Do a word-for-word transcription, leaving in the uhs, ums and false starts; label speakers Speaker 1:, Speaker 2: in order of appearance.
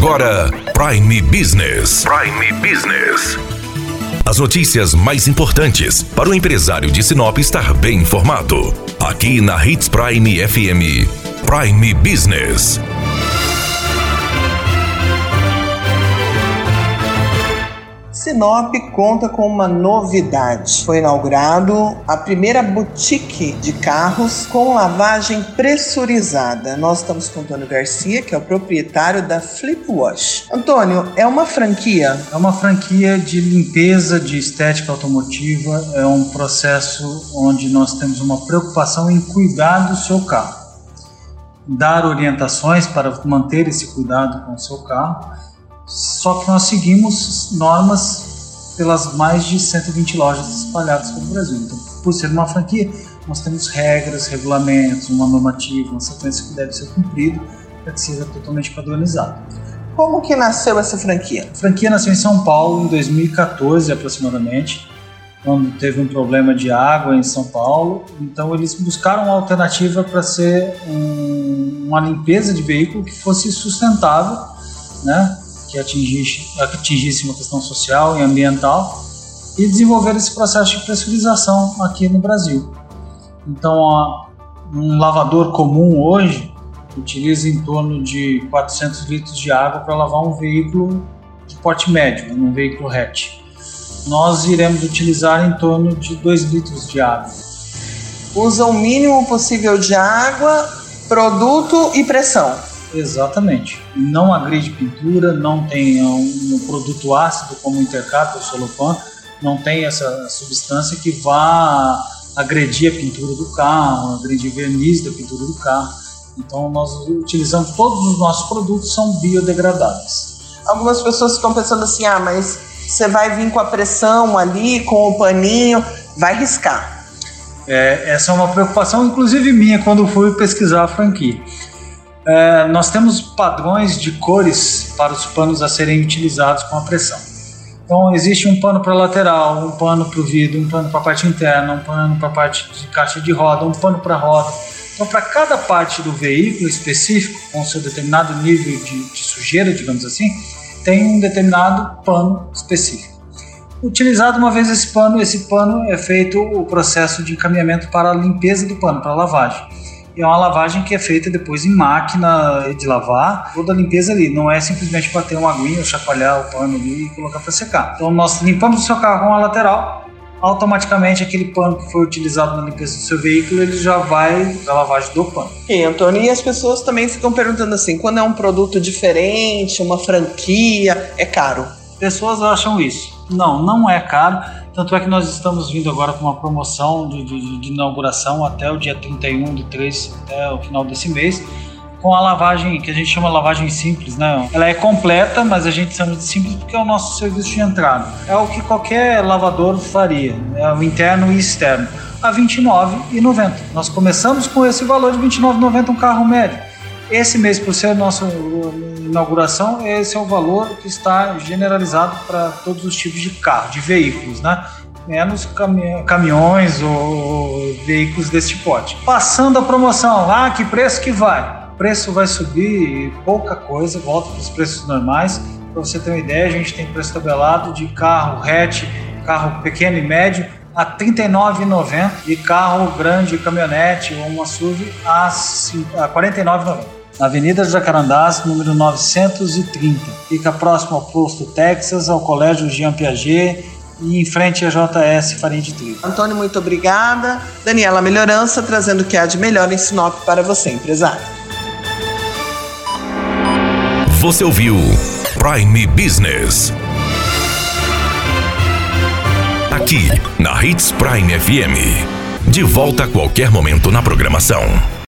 Speaker 1: agora, Prime Business. Prime Business. As notícias mais importantes para o empresário de Sinop estar bem informado. Aqui na Hits Prime F M. Prime Business.
Speaker 2: Sinop conta com uma novidade. Foi inaugurado a primeira boutique de carros com lavagem pressurizada. Nós estamos com o Antônio Garcia, que é o proprietário da Flip Wash. Antônio, é uma franquia?
Speaker 3: É uma franquia de limpeza, de estética automotiva. É um processo onde nós temos uma preocupação em cuidar do seu carro. Dar orientações para manter esse cuidado com o seu carro. Só que nós seguimos normas pelas mais de cento e vinte lojas espalhadas pelo Brasil. Então, por ser uma franquia, nós temos regras, regulamentos, uma normativa, uma sequência que deve ser cumprida para que seja totalmente padronizado.
Speaker 2: Como que nasceu essa franquia?
Speaker 3: A franquia nasceu em São Paulo em dois mil e catorze aproximadamente, quando teve um problema de água em São Paulo. Então eles buscaram uma alternativa para ser um, uma limpeza de veículo que fosse sustentável, né? Que atingisse, atingisse uma questão social e ambiental, e desenvolver esse processo de pressurização aqui no Brasil. Então, um lavador comum hoje utiliza em torno de quatrocentos litros de água para lavar um veículo de porte médio, um veículo hatch. Nós iremos utilizar em torno de dois litros de água.
Speaker 2: Usa o mínimo possível de água, produto e pressão.
Speaker 3: Exatamente. Não agride pintura, não tem um produto ácido como o Intercap ou o Solopan, não tem essa substância que vá agredir a pintura do carro, agredir o verniz da pintura do carro. Então nós utilizamos, todos os nossos produtos são biodegradáveis.
Speaker 2: Algumas pessoas ficam pensando assim, ah, mas você vai vir com a pressão ali, com o paninho, vai riscar.
Speaker 3: É, essa é uma preocupação, inclusive minha, quando fui pesquisar a franquia. É, nós temos padrões de cores para os panos a serem utilizados com a pressão. Então existe um pano para lateral, um pano para o vidro, um pano para a parte interna, um pano para a parte de caixa de roda, um pano para a roda. Então para cada parte do veículo específico, com seu determinado nível de, de sujeira, digamos assim, tem um determinado pano específico. Utilizado uma vez esse pano, esse pano é feito o processo de encaminhamento para a limpeza do pano, para a lavagem. É uma lavagem que é feita depois em máquina de lavar, toda a limpeza ali. Não é simplesmente bater uma aguinha ou chacoalhar o pano ali e colocar para secar. Então nós limpamos o seu carro com a lateral, automaticamente aquele pano que foi utilizado na limpeza do seu veículo, ele já vai da lavagem do pano.
Speaker 2: E Antônio, e as pessoas também ficam perguntando assim, quando é um produto diferente, uma franquia, é caro?
Speaker 3: Pessoas acham isso. Não, não é caro. Tanto é que nós estamos vindo agora com uma promoção de, de, de inauguração até o dia trinta e um de três, até o final desse mês, com a lavagem, que a gente chama lavagem simples, né? Ela é completa, mas a gente chama de simples porque é o nosso serviço de entrada. É o que qualquer lavador faria, é o interno e externo, a vinte e nove reais e noventa centavos. Nós começamos com esse valor de vinte e nove reais e noventa centavos, um carro médio. Esse mês, por ser nossa inauguração, esse é o valor que está generalizado para todos os tipos de carro, de veículos, né? Menos cami- caminhões ou veículos desse porte. Passando a promoção, ah, que preço que vai? O preço vai subir pouca coisa, volta para os preços normais. Para você ter uma ideia, a gente tem preço tabelado de carro hatch, carro pequeno e médio, a trinta e nove reais e noventa centavos, e carro grande, caminhonete ou uma S U V a quarenta e nove reais e noventa centavos. Na Avenida Jacarandás, número novecentos e trinta. Fica próximo ao posto Texas, ao Colégio Jean Piaget e em frente à J S Farinha de Trigo.
Speaker 2: Antônio, muito obrigada. Daniela Melhorança, trazendo o que há de melhor em Sinop para você, empresário.
Speaker 1: Você ouviu Prime Business. Aqui na Hits Prime F M. De volta a qualquer momento na programação.